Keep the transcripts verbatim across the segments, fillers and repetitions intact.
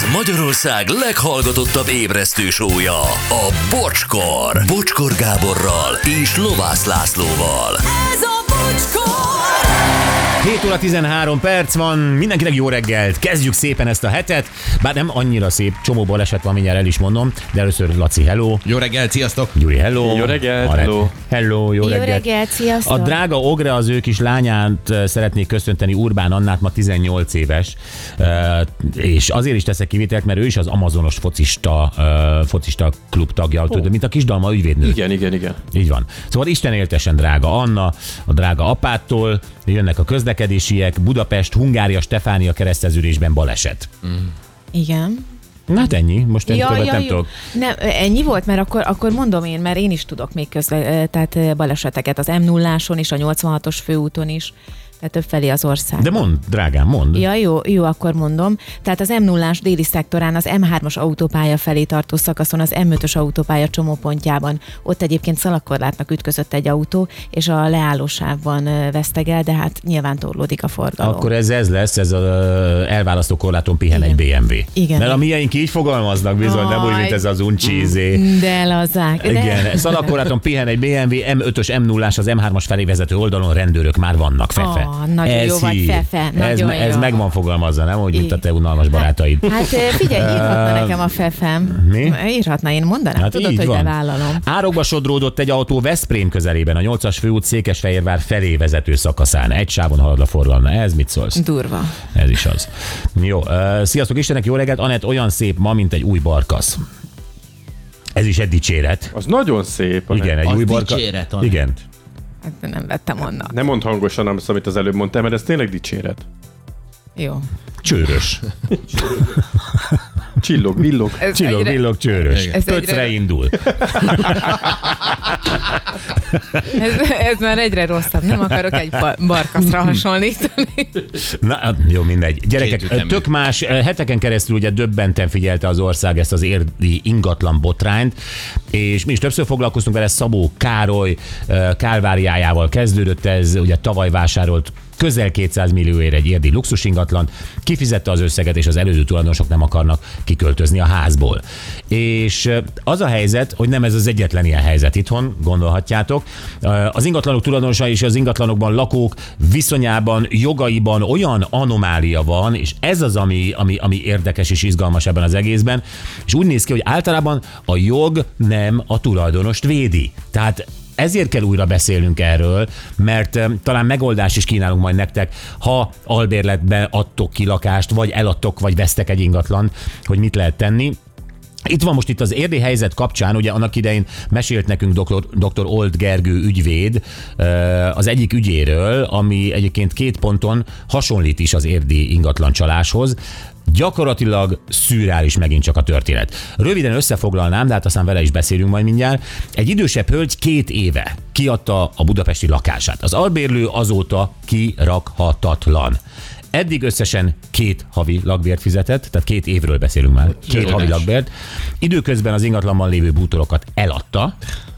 Ez Magyarország leghallgatottabb ébresztő sója, a Bocskor. Bocskor Gáborral és Lovász Lászlóval. Ez a Bocskor! hét óra tizenhárom perc van, mindenkinek jó reggelt, kezdjük szépen ezt a hetet, bár nem annyira szép, csomó baleset van, mindjárt el is mondom, de először Laci, hello. Jó reggelt, sziasztok! Gyuri, hello. Jó reggelt, Arett, hello. Hello, jó, Jó reggelt. reggelt, sziasztok! A drága Ogre az ő kis lányát szeretnék köszönteni, Urbán Annát, ma tizennyolc éves, és azért is teszek kivételt, mert ő is az amazonos focista, focista klub tagja, oh. mint a Kisdalma ügyvédnő. Igen, igen, igen. Így van. Szóval Isten éltesen drága Anna, a drága apától, jönnek a közlekedésiek, Budapest, Hungária, Stefánia kereszteződésben baleset. Mm. Igen. Na hát ennyi, most ja, többet ja, nem jó. tudok. Nem, ennyi volt, mert akkor, akkor mondom én, mert én is tudok még közle, tehát baleseteket az em nulláson is, a nyolcvanhatos főúton is, tehát több felé az ország. De mondd, drágám, mondd. Ja, jó, jó, akkor mondom. Tehát az em nullás déli szektorán az em hármas autópálya felé tartó szakaszon az em ötös autópálya csomópontjában. Ott egyébként szalagkorlátnak ütközött egy autó, és a leállósávban vesztegel, de hát nyilván torlódik a forgalom. Akkor ez ez lesz, ez az elválasztó korláton pihen Igen. egy bé em vé. Igen. Mert a miénk így fogalmaznak bizony, nem úgy, mint ez az uncsízé. De lazák. Igen, szalagkorláton pihen egy bé em vé, em ötös, em nullás, az em hármas felé vezető oldalon rendőrök már vannak, fefe. Oh. Nagyon ez jó vagy, hír. Fefe. Ez, Nagyon ez jó. meg van fogalmazva, nem? Úgy, mint a te unalmas barátaid. Hát figyelj, írhatna nekem a Fefem. Mi? Írhatna, én mondanám. Hát Tudod, hogy van. bevállalom. Árokba sodródott egy autó Veszprém közelében, a nyolcas főút Székesfehérvár felé vezető szakaszán. Egy sávon halad a forgalom. Ez mit szólsz? Durva. Ez is az. Jó, uh, sziasztok Istenek, jó reggelt. Anett olyan szép ma, mint egy új barkasz. Ez is egy dicséret. Az nagyon szép. Igen, egy Az új barkasz. dicséret, Anett. Igen. Hát nem vettem onnan. Nem mondd hangosan azt, amit az előbb mondtál, mert ez tényleg dicséret. Jó. Csőrös. Csillog, villog. Ez Csillog, egyre- villog, csőrös. Ez Pöcre egyre- indul. Ez, ez már egyre rosszabb. Nem akarok egy bar- barkaszra hasonlítani. Na, jó, mindegy. Gyerekek, Kétütemű. tök más, heteken keresztül ugye döbbenten figyelte az ország ezt az érdi ingatlan botrányt, és mi is többször foglalkoztunk vele, Szabó Károly kálváriájával kezdődött ez, ugye tavaly vásárolt közel kétszáz millióért egy érdi luxusingatlan, kifizette az összeget, és az elődő tulajdonosok nem akarnak kiköltözni a házból. És az a helyzet, hogy nem ez az egyetlen ilyen helyzet itthon, gondolhatjátok. Az ingatlanok tulajdonosai és az ingatlanokban lakók viszonyában, jogaiban olyan anomália van, és ez az, ami, ami, ami érdekes és izgalmas ebben az egészben, és úgy néz ki, hogy általában a jog nem a tulajdonost védi. Tehát ezért kell újra beszélnünk erről, mert um, talán megoldást is kínálunk majd nektek, ha albérletbe adtok ki lakást, vagy eladtok, vagy vesztek egy ingatlan, hogy mit lehet tenni. Itt van most itt az érdi helyzet kapcsán, ugye annak idején mesélt nekünk doktor, doktor Old Gergő ügyvéd az egyik ügyéről, ami egyébként két ponton hasonlít is az érdi ingatlan csaláshoz. Gyakorlatilag szürreális megint csak a történet. Röviden összefoglalnám, de hát aztán vele is beszélünk majd mindjárt. Egy idősebb hölgy két éve kiadta a budapesti lakását. Az albérlő azóta kirakhatatlan. Eddig összesen két havi lakbért fizetett, tehát két évről beszélünk már, két havi lakbért. Időközben az ingatlanban lévő bútorokat eladta.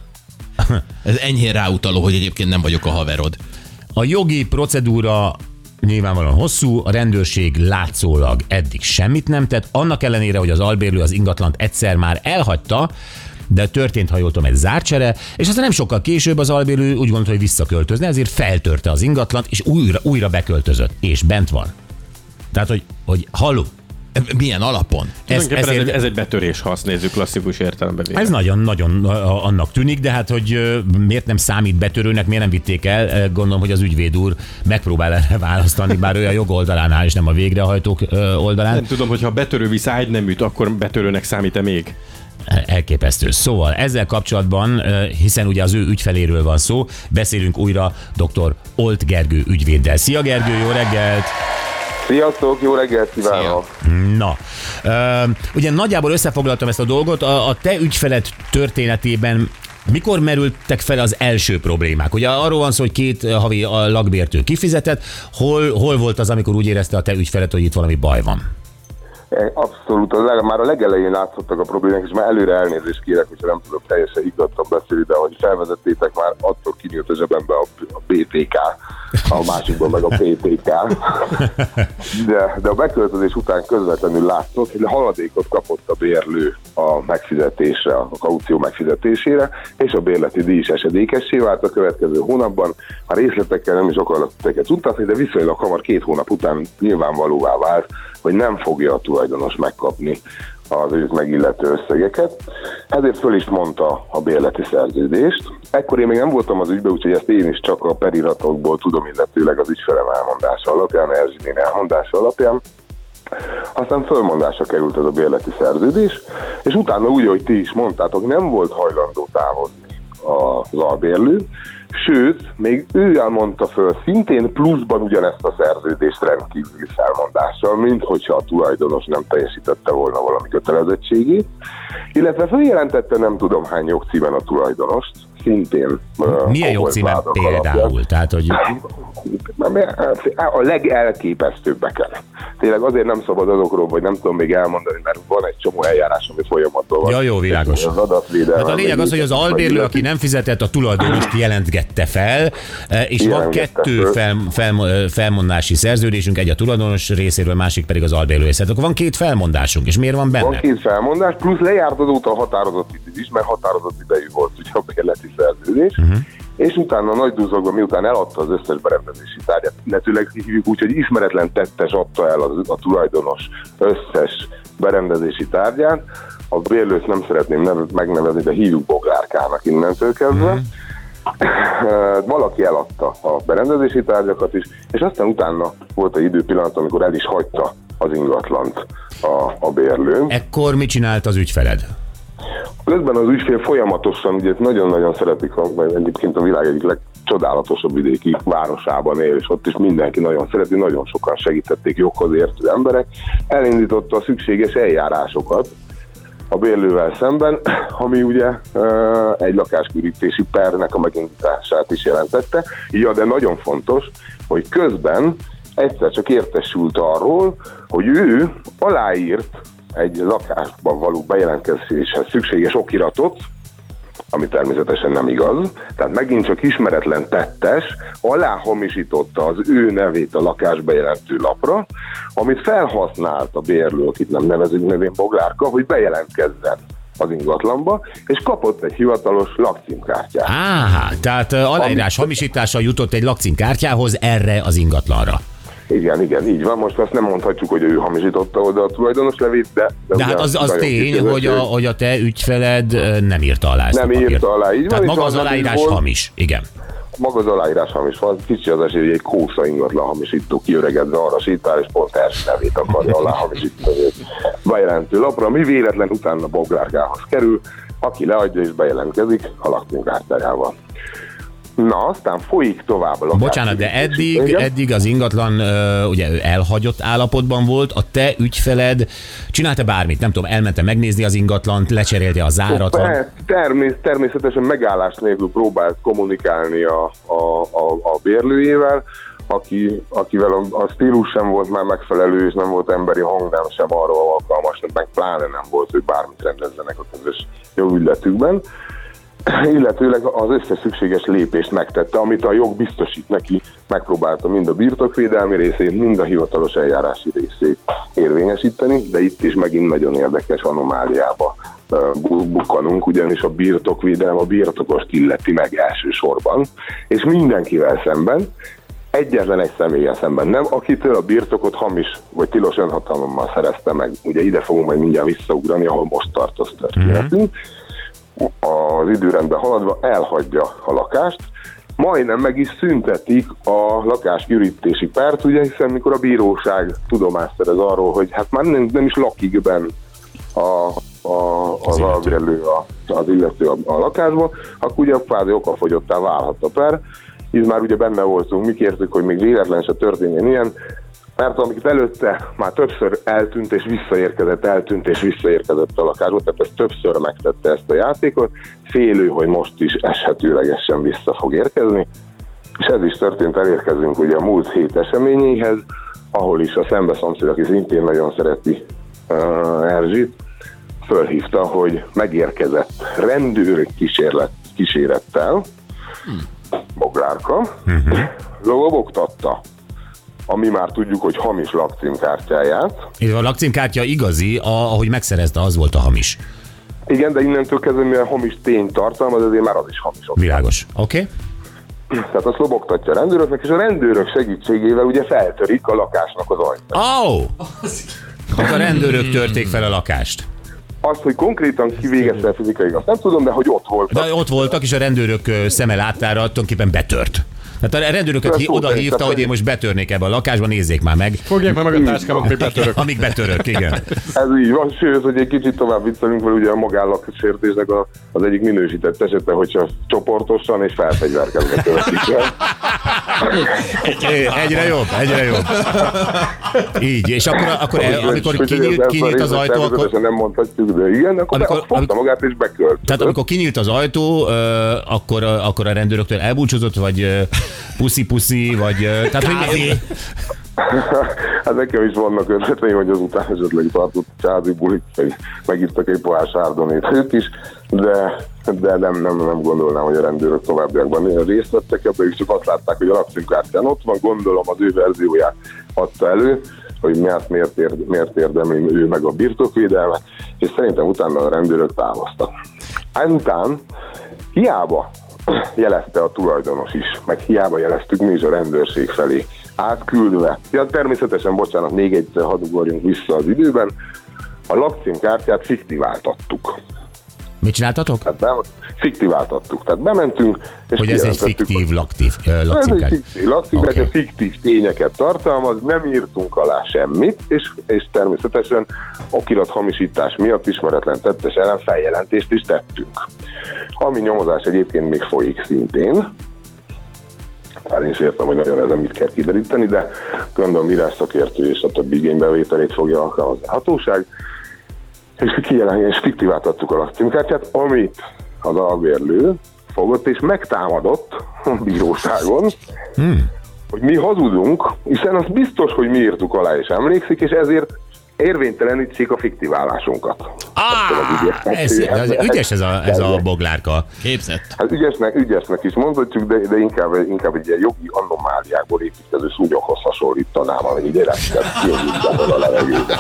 Ez enyhén ráutaló, hogy egyébként nem vagyok a haverod. A jogi procedúra nyilvánvalóan hosszú, a rendőrség látszólag eddig semmit nem tett, annak ellenére, hogy az albérlő az ingatlant egyszer már elhagyta, de történt, ha jól tudom, egy zárcsere, és aztán nem sokkal később az albérlő úgy gondolta, hogy visszaköltözne, ezért feltörte az ingatlant, és újra, újra beköltözött, és bent van. Tehát, hogy, hogy halló, Milyen alapon? ez, Ez, ezért, egy, ez egy betörés, ha azt nézzük klasszikus értelemben. ez nagyon-nagyon annak tűnik, de hát, hogy miért nem számít betörőnek, miért nem vitték el, gondolom, hogy az ügyvéd úr megpróbál erre választani, bár ő a jog oldalánál, és nem a végrehajtók oldalán. Nem tudom, hogy ha betörő visz ágyneműt, akkor betörőnek számít-e még? Elképesztő. Szóval ezzel kapcsolatban, hiszen ugye az ő ügyfeléről van szó, beszélünk újra doktor Old Gergő ügyvéddel. Szia Gergő, jó reggelt! Sziasztok, jó reggelt kívánok! Na, ugye nagyjából összefoglaltam ezt a dolgot, a, a te ügyfeled történetében mikor merültek fel az első problémák? Ugye arról van szó, hogy két havi lakbért ő kifizetett, hol, hol volt az, amikor úgy érezte a te ügyfeled, hogy itt valami baj van? Abszolút, a leg, már a legelején látszottak a problémák, és már előre elnézést kérek, hogyha nem tudok teljesen higgadtan beszélni, de ahogy felvezettétek, már attól kinyílt a zsebembe a, a bé té ká, a másikban meg a pé té ká. De, de a beköltözés után közvetlenül látszott, hogy haladékot kapott a bérlő a megfizetésre, a kaució megfizetésére, és a bérleti díj is esedékessé vált a következő hónapban. A részletekkel nem is akarok teket utatni, de viszonylag hamar két hónap után nyilvánvalóvá vált, hogy nem fogja a tulajdonos megkapni az őt megillető összegeket. Ezért föl is mondta a bérleti szerződést. Ekkor én még nem voltam az ügyben, úgyhogy ezt én is csak a periratokból tudom, illetőleg az ügyfelem elmondása alapján, Erzsébén elmondása alapján. Aztán fölmondásra került ez a bérleti szerződés, és utána úgy, hogy ti is mondtátok, nem volt hajlandó távozni az albérlő, sőt, még ő elmondta föl szintén pluszban ugyanezt a szerződést rendkívüli felmondással, mint hogyha a tulajdonos nem teljesítette volna valami kötelezettségét, illetve feljelentette nem tudom hány jogcímen a tulajdonost, szintén. Milyen jogcímen például? Tehát, hogy... A legelképesztőbbeken. Tényleg azért nem szabad azokról, vagy nem tudom még elmondani, mert van egy csomó eljárás, ami folyamatban van. Ja, jó, világos. Az adatvédelem. Hát a lényeg az, hogy az albérlő, aki nem fizetett, a tulajdonost jelentgette fel, és van kettő fel, fel, felmondási szerződésünk, egy a tulajdonos részéről, másik pedig az albérlő részéről. Akkor van két felmondásunk, és miért van benne? Van két felmondás, plusz lejárt azóta a határozott idő is, mert határozott idejű volt ugye a bérleti szerződés. Uh-huh. És utána nagy dúzogban, miután eladta az összes berendezési tárgyat, illetőleg hívjuk úgy, hogy ismeretlen tettes adta el a, a tulajdonos összes berendezési tárgyát, a bérlőt nem szeretném nevet megnevezni, de hívjuk boglárkának innentől kezdve. Mm. Valaki eladta a berendezési tárgyakat is, és aztán utána volt egy időpillanat, amikor el is hagyta az ingatlant a, a bérlő. Ekkor mit csinált az ügyfeled? Közben az ügyfél folyamatosan, ugye nagyon-nagyon szeretik, mert egyébként a világ egyik legcsodálatosabb vidéki városában él, és ott is mindenki nagyon szereti, nagyon sokan segítették joghoz értő emberek. Elindította a szükséges eljárásokat a bérlővel szemben, ami ugye egy lakáskürítési pernek a megindítását is jelentette. Ja, de nagyon fontos, hogy közben egyszer csak értesült arról, hogy ő aláírt egy lakásban való bejelentkezéshez szükséges okiratot, ami természetesen nem igaz, tehát megint csak ismeretlen tettes aláhamisította az ő nevét a lakásbejelentő lapra, amit felhasznált a bérlő, akit nem nevezünk nevén Boglárka, hogy bejelentkezzen az ingatlanba, és kapott egy hivatalos lakcímkártyát. Áhá, tehát aláírás hamisítással jutott egy lakcímkártyához erre az ingatlanra. Igen, igen, így van. Most azt nem mondhatjuk, hogy ő hamisította oda a tulajdonos levét, de... De, de hát az, az tény, hogy a, hogy a te ügyfeled nem írta alá ezt Nem a papírt. írta alá, így van. Tehát maga az aláírás volt, hamis, igen. Maga az aláírás hamis van. Kicsi az esély, hogy egy kósza ingatlan hamisító kiöregedve arra sétál, és pont Erzsi nevét akarja alá hamisítani egy bejelentő lapra. Mi véletlen utána Boglárkához kerül, aki leadja és bejelentkezik a lakcímkártyájával. Na, aztán folyik tovább a lakás. Bocsánat, de eddig, eddig az ingatlan uh, ugye elhagyott állapotban volt, a te ügyfeled csinálta bármit, nem tudom, elmente megnézni az ingatlant, lecserélte a zárat. Termés, természetesen megállás nélkül próbált kommunikálni a, a, a, a bérlőjével, aki, akivel a, a stílus sem volt már megfelelő, és nem volt emberi hangnem sem arra alkalmas, meg pláne nem volt, hogy bármit rendezzenek a közös jogügyletükben. Illetőleg az összes szükséges lépést megtette, amit a jog biztosít neki, megpróbálta mind a birtokvédelmi részét, mind a hivatalos eljárási részét érvényesíteni, de itt is megint nagyon érdekes anomáliába bukkanunk, ugyanis a birtokvédelem a birtokost illeti meg elsősorban, és mindenkivel szemben, egyetlen egy személlyel szemben nem, akitől a birtokot hamis vagy tilos önhatalommal szerezte meg. Ugye ide fogunk majd mindjárt visszaugrani, ahol most tart az történetünk. Mm-hmm. Az időrendben haladva elhagyja a lakást, majdnem meg is szüntetik a lakásgyűrítési pert, ugye, hiszen mikor a bíróság tudomást szerez arról, hogy hát már nem, nem is lakik benn a, a, az albérlő, az illető a, a lakásban, akkor ugye a kvázi okafogyottá válhat a per. Így már ugye benne voltunk, mi kértük, hogy még véletlen se történjen ilyen, mert amit előtte már többször eltűnt és visszaérkezett, eltűnt és visszaérkezett a lakásba, tehát ez többször megtette ezt a játékot, félő, hogy most is eshetőlegesen vissza fog érkezni, és ez is történt, elérkezünk ugye a múlt hét eseményéhez, ahol is a szembeszomszéd, aki szintén nagyon szereti uh, Erzsit, fölhívta, hogy megérkezett rendőr kísérlet, kísérettel Boglárka, uh-huh. lobogtatta, ami már tudjuk, hogy hamis lakcímkártyáját. A lakcímkártya igazi, a, ahogy megszerezte, az volt a hamis. Igen, de innentől kezdve, mivel hamis tény tartalmaz, azért már az is hamis. Világos. Oké. Okay. Tehát azt lobogtatja a rendőröknek, és a rendőrök segítségével ugye feltörik a lakásnak az ajtaját. Ó! Oh! A rendőrök törték fel a lakást. Azt, hogy konkrétan kivégezte a fizikai, azt nem tudom, de hogy ott voltak. De ott voltak, és a rendőrök szeme láttára tulajdonképpen betört. Tehát a rendőröket hi- oda hívta, hogy én most betörnék ebbe a lakásba, nézzék már meg. Fogják már meg a táskámat, amíg betörök. Amíg betörök, igen. Ez így van, sőt, hogy egy kicsit tovább viccelünk, mert ugye a magállaksértésnek a, az egyik minősített esete, hogyha csoportosan és felfegyverkezve követik el. Egyre jobb, egyre jobb. Így, és akkor, akkor el, amikor kinyílt, kinyílt az ajtó, akkor... Nem mondhatjuk, de igen, akkor amikor, fogta amikor, magát és bekölt. Tehát amikor kinyílt az ajtó, akkor, akkor a rendőröktől elbúcsúzott, vagy puszi-puszi, vagy... Tehát, hogy... Hát nekem is vannak ötleteim, hogy azután esetleg tartott csázi bulit, megittak egy pohár sárdonét ők is, de, de nem, nem, nem gondolnám, hogy a rendőrök továbbiakban részt vettek ebben, és csak azt látták, hogy a lakcímkártyán ott van, gondolom az ő verzióját adta elő, hogy miért, miért, ér, miért érdemli ő meg a birtokvédelmet, és szerintem utána a rendőrök távoztak. Ezután hiába jelezte a tulajdonos is, meg hiába jeleztük mi is a rendőrség felé, átküldve. Ja, természetesen, bocsánat, még egyszer hadd ugorjunk vissza az időben, a lakcímkártyát fiktiváltattuk. Mit csináltatok? Tehát be, fiktiváltattuk. Tehát bementünk, és hogy ez egy fiktív laktív, uh, lakcímkártya. Ez egy fiktív lakcímkártya, okay. Fiktív tényeket tartalmaz, nem írtunk alá semmit, és, és természetesen okirathamisítás miatt ismeretlen tettes ellen feljelentést is tettünk. Ami nyomozás egyébként még folyik szintén. Hát én is értem, hogy nagyon ezen mit kell kideríteni, de gondolom írás szakértő és a többi igénybevételét fogja alkalmazni a hatóság. És kijelenteni, és fiktiváltattuk a lakcímkártyát, amit az albérlő fogott és megtámadott a bíróságon, hmm. hogy mi hazudunk, hiszen az biztos, hogy mi írtuk alá és emlékszik, és ezért érvénytelenítsék a fiktiválásunkat. Ah, ez, ez, ügyes ez a, ez a Boglárka. Képzett. Hát ügyesnek, ügyesnek is mondhatjuk, de, de inkább, inkább egy ilyen jogi anomáliákból építkező szúnyoghoz hasonlítanám, ami így érezted kijönjük a levegőbe.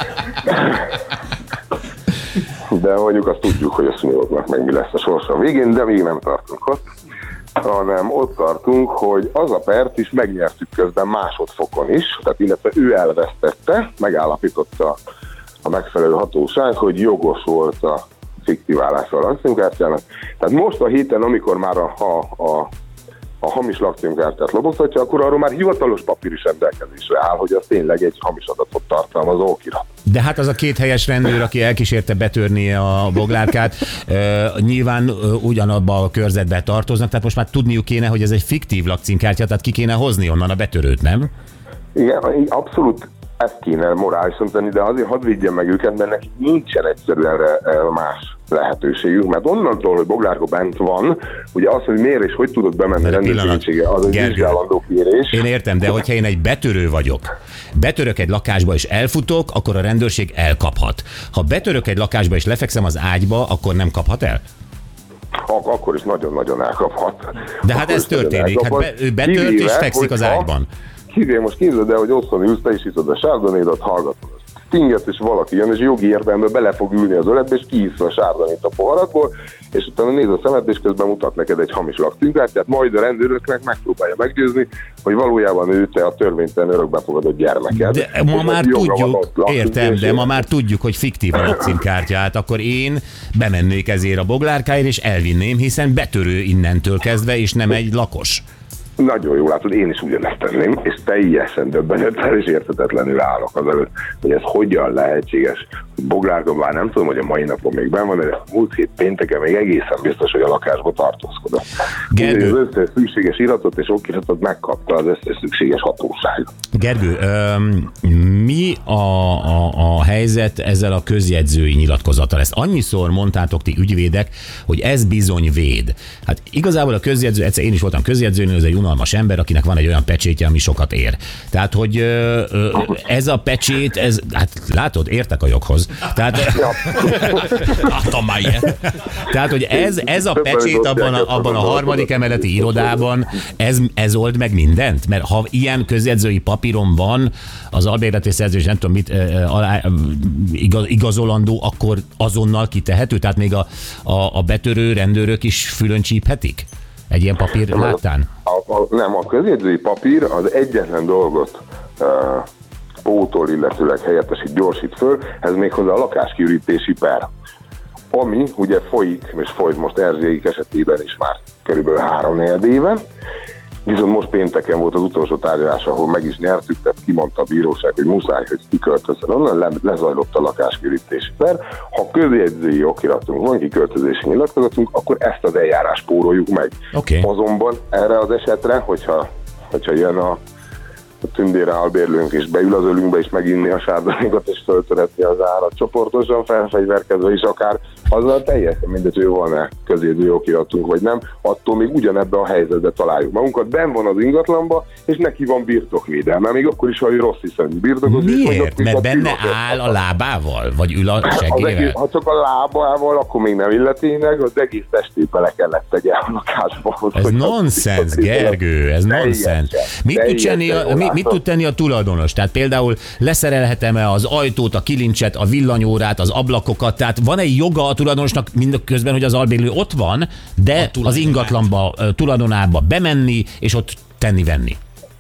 De mondjuk azt tudjuk, hogy a szúnyogoknak meg mi lesz a sorsa a végén, de még nem tartunk ott, hanem ott tartunk, hogy az a pert is megnyertük közben másodfokon is, tehát illetve ő elvesztette, megállapította a megfelelő hatóság, hogy jogos volt a fiktiválása a lakcímkártyának. Tehát most a héten, amikor már a, a, a, a hamis lakcímkártyát lobogtatja, akkor arról már hivatalos papír is rendelkezésre áll, hogy az tényleg egy hamis adatot tartalmazó okirat. De hát az a két helyes rendőr, aki elkísérte betörni a Boglárkát, uh, nyilván uh, ugyanabba a körzetbe tartoznak, tehát most már tudniuk kéne, hogy ez egy fiktív lakcímkártya, tehát ki kéne hozni onnan a betörőt, nem? Igen, abszolút ezt kéne morálisan tenni, de azért hadd védjem meg őket, mert nekik nincsen egyszerűen más lehetőségük, mert onnantól, hogy Boglárka bent van, ugye az, hogy miért és hogy tudod bemenni rendőrségére, az egy vizsgálandó kérés. Én értem, de hogyha én egy betörő vagyok, betörök egy lakásba és elfutok, akkor a rendőrség elkaphat. Ha betörök egy lakásba és lefekszem az ágyba, akkor nem kaphat el? Ak- akkor is nagyon-nagyon elkaphat. De hát ez történik, hát be, ő betört kivéve, és fekszik az ágyban. Kivéve, most képzeld el, hogy otthon ülsz, te is iszod a sárdonédat, hallgatod a Stinget, és valaki jön, és jogi értelemben bele fog ülni az öletbe, és kiiszza a sárdonét a poharatból, és utána néz a szemed, és közben mutat neked egy hamis lakcímkártyát, majd a rendőröknek megpróbálja meggyőzni, hogy valójában ő te a törvénytelen örökbefogadott gyermeked. De ma már tudjuk, értem, de ma már tudjuk, hogy fiktív a lakcímkártyát, akkor én bemennék ezért a Boglárkáért, és elvinném, hiszen betörő innentől kezdve, és nem egy lakos. Nagyon jól látod, én is ugyanezt tenném, és teljesen döbbenettel és érthetetlenül állok azelőtt, hogy ez hogyan lehetséges, Boglárka, bár nem tudom, hogy a mai napon még benn van, de múlt hét pénteken még egészen biztos, hogy a lakásba tartózkodott. Gergő. Az összes szükséges iratot és okiratot megkapta az összes szükséges hatóság. Gergő, öm, mi a, a, a helyzet ezzel a közjegyzői nyilatkozattal? Ezt annyiszor mondtátok ti ügyvédek, hogy ez bizony véd. Hát igazából a közjegyző, egyszer én is voltam közjegyzőnél, ez egy unalmas ember, akinek van egy olyan pecsétje, ami sokat ér. Tehát, hogy ö, ö, ez a pecsét, ez, hát látod, értek a joghoz. Tehát, Láttam már ilyen. tehát hogy ez, ez a pecsét abban a, abban a harmadik emeleti irodában, ez, ez old meg mindent? Mert ha ilyen közjegyzői papíron van az albérleti szerződés, nem tudom mit alá, igaz, igazolandó, akkor azonnal kitehető? Tehát még a, a, a betörő rendőrök is fülön csíphetik? Egy ilyen papír láttán? A, a, nem, a közjegyzői papír az egyetlen dolgot uh, pótol, illetőleg helyettesít, gyorsít föl, ez méghozzá a lakáskiürítési per. Ami ugye folyik, és folyt most Erzsébet esetében is már körülbelül három négy éve, viszont most pénteken volt az utolsó tárgyalás, ahol meg is nyertük, tehát kimondta a bíróság, hogy muszáj, hogy kiköltözzen onnan, le, lezajlott a lakáskiürítési per. Ha közjegyzői okiratunk van, kiköltözési nyilatkozatunk, akkor ezt az eljárás spóroljuk meg. Okay. Azonban erre az esetre, hogyha, hogyha jön a a tündére albérlőnk is beül az ölünkbe és meginni a sárdonékat és föltöretni az árat csoportosan felfegyverkezve is akár, azzal teljesen mindegy, hogy van-e közjegyzői okiratunk vagy nem, attól még ugyanebben a helyzetben találjuk magunkat. Benn van az ingatlanba, és neki van birtokvédelme, még akkor is, ha ő rossz hiszemű birtokos. Miért? Mert benne áll a lábával? Vagy ül a seggével? Ha csak a lábával, akkor még nem illeti meg, az egész testét bele kellett tegye a lakásba. Ez nonsens, Gergő, ez nonsens. Mit tud tenni a, mi, mit tud tenni a tulajdonos? Tehát például leszerelhetem-e az ajtót, a kilincset, a villanyórát, az ablakokat, tehát van egy joga a tulajdonosnak mindközben, hogy az albérlő ott van, de az ingatlanba, tulajdonába bemenni, és ott tenni-venni.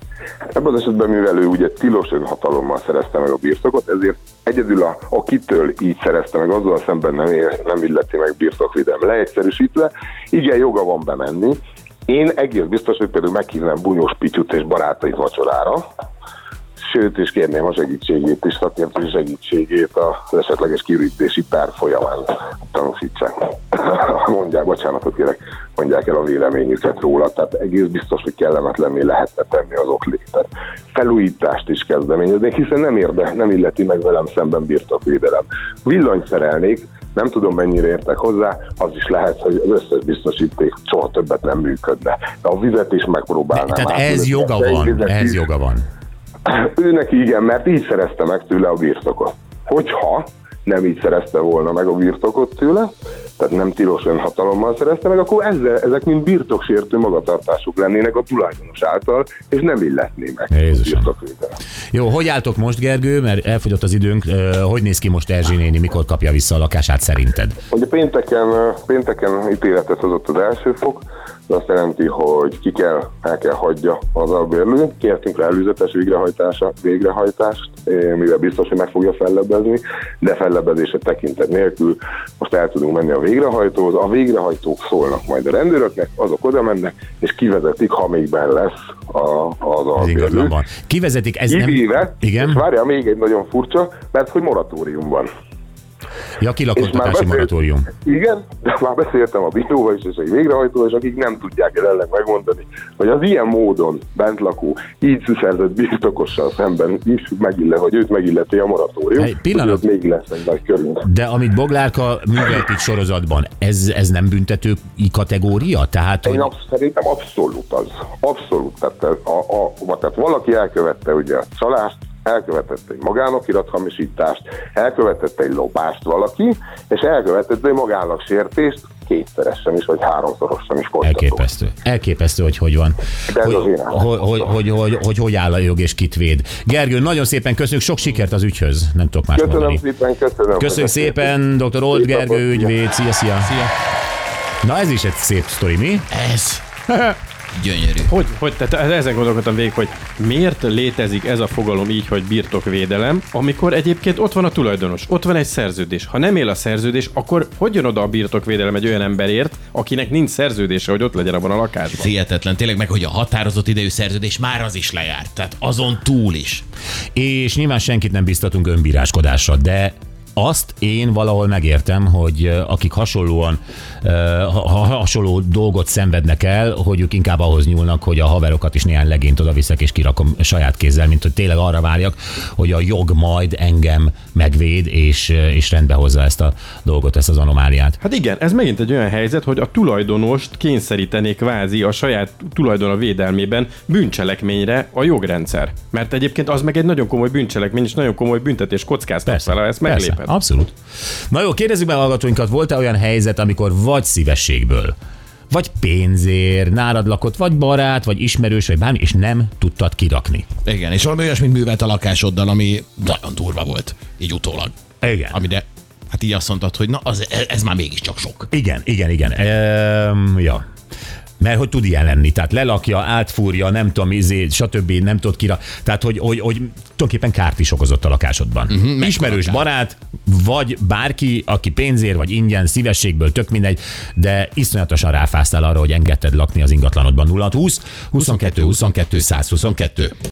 Ebben az esetben, mivel ő ugye tilos önhatalommal szerezte meg a birtokot, ezért egyedül a, akitől így szerezte meg, azzal szemben nem, ér, nem illeti meg birtokvédelem. Leegyszerűsítve, igen, joga van bemenni. Én egész biztos, hogy például meghívnám Bunyós Pityut és barátait vacsorára, sőt, és kérném a segítségét és szakértői segítségét az esetleges kiürítési pár folyamán tanúsítsák. Mondják, bocsánatot kérek, mondják el a véleményüket róla, tehát egész biztos, hogy kellemetlenné lehetne tenni az oklétet. Felújítást is kezdeményezni, hiszen nem érde, nem illeti meg velem szemben birtokvédelem. Villanyt szerelnék, nem tudom mennyire értek hozzá, az is lehet, hogy az összes biztosíték soha többet nem működne. De a vizet is megpróbálnám. Tehát ez joga van, ez joga van. Ő neki igen, mert így szerezte meg tőle a birtokot. Hogyha nem így szerezte volna meg a birtokot tőle, tehát nem tilos önhatalommal szerezte meg, akkor ezzel, ezek mind birtoksértő magatartások lennének a tulajdonos által, és nem illetné meg Jézusom. a birtokvédelem. Jó, hogy álltok most, Gergő, mert elfogyott az időnk, hogy néz ki most Erzsi néni, mikor kapja vissza a lakását szerinted? Ugye pénteken, pénteken ítéletet hozott az első fok, de azt jelenti, hogy ki kell, el kell hagyja az albérlő. Kértünk rá előzetes végrehajtása, végrehajtást, mivel biztos, hogy meg fogja fellebbezni, de fellebbezése tekintet nélkül most el tudunk menni a végrehajtóhoz. A végrehajtók szólnak majd a rendőröknek, azok oda mennek, és kivezetik, ha még benn lesz a, az albérlő. Kivezetik, ez Kivéve, nem... Igen? És várja, még egy nagyon furcsa, mert hogy moratórium van. Ja, kilakoltatási moratórium. Igen, de már beszéltem a bíróval is, és egy végrehajtóval, és akik nem tudják jelenleg megmondani, hogy az ilyen módon bentlakó, így szerzett birtokossal szemben is megillet, hogy őt megilleti a moratórium. Egy pillanat. Még lesz egy nagy körünk. De amit Boglárka művelt itt sorozatban, ez, ez nem büntető kategória? Tehát, Én hogy... absz- szerintem abszolút az. Abszolút. Tehát, a, a, a, tehát valaki elkövette ugye a csalást, elkövetett egy magánokirathamisítást, elkövetett egy lopást valaki, és elkövetett egy magánaksértést, kétszeresen is, vagy háromszorosan is folytatódott. Elképesztő. Elképesztő, hogy hogy van. De ez hogy, az én hogy, hogy, hogy, hogy, hogy hogy áll a jog és kit véd. Gergő, nagyon szépen köszönjük, sok sikert az ügyhöz. Nem tudok más Köszönöm mondani. szépen, köszönöm. Köszönjük szépen, doktor Old Gergő ügyvéd. Szia, szia. Szia. Na ez is egy szép sztori, mi? Ez gyönyörű. Hogy, hogy, tehát ezen gondolkodtam végig, hogy miért létezik ez a fogalom így, hogy birtokvédelem, amikor egyébként ott van a tulajdonos, ott van egy szerződés. Ha nem él a szerződés, akkor hogy jön oda a birtokvédelem egy olyan emberért, akinek nincs szerződése, hogy ott legyen abban a lakásban? Hihetetlen. Tényleg meg, hogy a határozott idejű szerződés már az is lejárt. Tehát azon túl is. És nyilván senkit nem biztatunk önbíráskodásra, de azt én valahol megértem, hogy akik hasonlóan ha, hasonló dolgot szenvednek el, hogy ők inkább ahhoz nyúlnak, hogy a haverokat is néhány legényt oda viszek és kirakom saját kézzel, mint hogy tényleg arra várjak, hogy a jog majd engem megvéd és, és rendbe hozza ezt a dolgot, ezt az anomáliát. Hát igen, ez megint egy olyan helyzet, hogy a tulajdonost kényszerítenék kvázi a saját tulajdona védelmében bűncselekményre a jogrendszer. Mert egyébként az meg egy nagyon komoly bűncselekmény és nagyon komoly büntetés kockáztat fel, ha ezt megléped. Persze, abszolút. Na jó, kérdezzük meg hallgatóinkat, volt-e olyan helyzet, amikor vagy szívességből, vagy pénzért, nálad lakott, vagy barát, vagy ismerős, vagy bármi, és nem tudtad kirakni? Igen, és valami olyasmit művelt a lakásoddal, ami nagyon durva volt, így utólag. Igen. Amire hát így azt mondtad, hogy na, az, ez már mégiscsak sok. Igen, igen, igen. Ehm, ja. Mert hogy tud ilyen lenni, tehát lelakja, átfúrja, nem tudom, izé, stb. Nem tudod kira. Tehát, hogy, hogy, hogy tulajdonképpen kárt is okozott a lakásodban. Uh-huh, ismerős barát, vagy bárki, aki pénzért, vagy ingyen, szívességből, tök mindegy, de iszonyatosan ráfáztál arra, hogy engedted lakni az ingatlanodban. nulla húsz huszonkettő huszonkettő száz huszonkettő